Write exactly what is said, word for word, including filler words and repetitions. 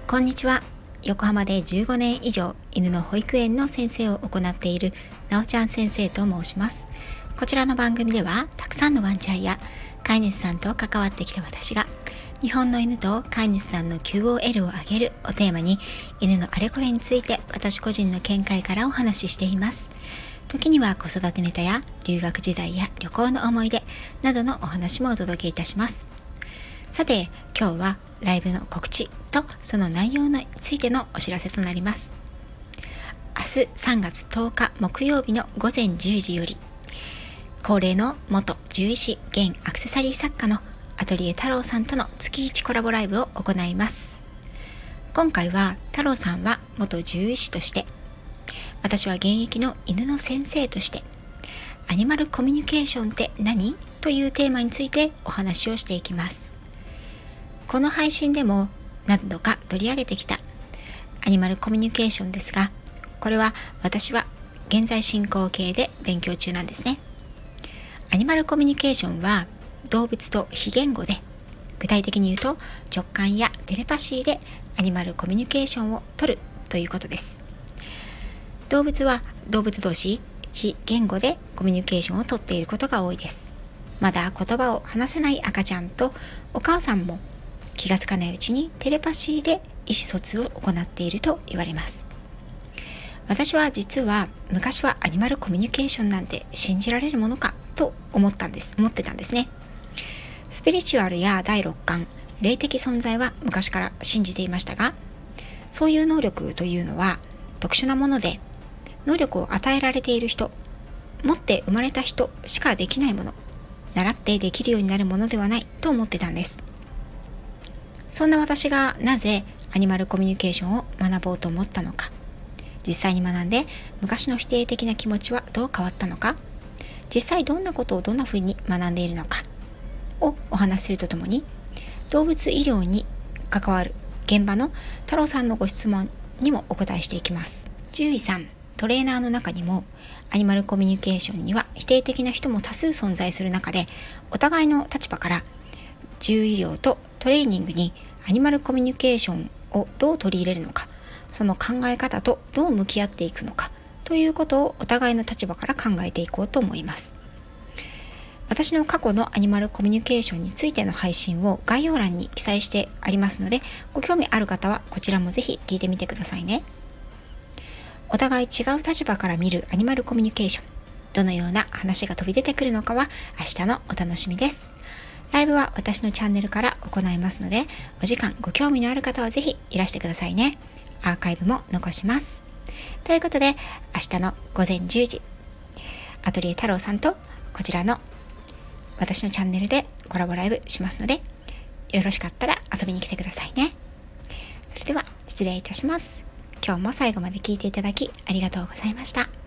こんにちは。横浜でじゅうごねん以上犬の保育園の先生を行っているなおちゃん先生と申します。こちらの番組ではたくさんのワンちゃんや飼い主さんと関わってきた私が日本の犬と飼い主さんの キューオーエル を上げるをテーマに犬のあれこれについて私個人の見解からお話ししています。時には子育てネタや留学時代や旅行の思い出などのお話もお届けいたします。さて今日はライブの告知とその内容についてのお知らせとなります。明日さんがつとおか木曜日のごぜんじゅうじより恒例の元獣医師現アクセサリー作家のアトリエ太郎さんとの月いちコラボライブを行います。今回は太郎さんは元獣医師として、私は現役の犬の先生としてアニマルコミュニケーションって何？というテーマについてお話をしていきます。この配信でも何度か取り上げてきたアニマルコミュニケーションですが、これは私は現在進行形で勉強中なんですね。アニマルコミュニケーションは動物と非言語で、具体的に言うと直感やテレパシーでアニマルコミュニケーションを取るということです。動物は動物同士非言語でコミュニケーションを取っていることが多いです。まだ言葉を話せない赤ちゃんとお母さんも気がつかないうちにテレパシーで意思疎通を行っていると言われます。私は実は昔はアニマルコミュニケーションなんて信じられるものかと思ったんです思ってたんですね。スピリチュアルや第六感、霊的存在は昔から信じていましたが、そういう能力というのは特殊なもので、能力を与えられている人、持って生まれた人しかできないもの、習ってできるようになるものではないと思ってたんです。そんな私がなぜアニマルコミュニケーションを学ぼうと思ったのか、実際に学んで昔の否定的な気持ちはどう変わったのか、実際どんなことをどんなふうに学んでいるのかをお話しするとともに、動物医療に関わる現場の太郎さんのご質問にもお答えしていきます。獣医さん、トレーナーの中にもアニマルコミュニケーションには否定的な人も多数存在する中で、お互いの立場から獣医療とトレーニングにアニマルコミュニケーションをどう取り入れるのか、その考え方とどう向き合っていくのかということをお互いの立場から考えていこうと思います。私の過去のアニマルコミュニケーションについての配信を概要欄に記載してありますので、ご興味ある方はこちらもぜひ聞いてみてくださいね。お互い違う立場から見るアニマルコミュニケーション、どのような話が飛び出てくるのかは明日のお楽しみです。ライブは私のチャンネルから行いますので、お時間ご興味のある方はぜひいらしてくださいね。アーカイブも残します。ということで、明日のごぜんじゅうじ、アトリエ太郎さんとこちらの私のチャンネルでコラボライブしますので、よろしかったら遊びに来てくださいね。それでは失礼いたします。今日も最後まで聞いていただきありがとうございました。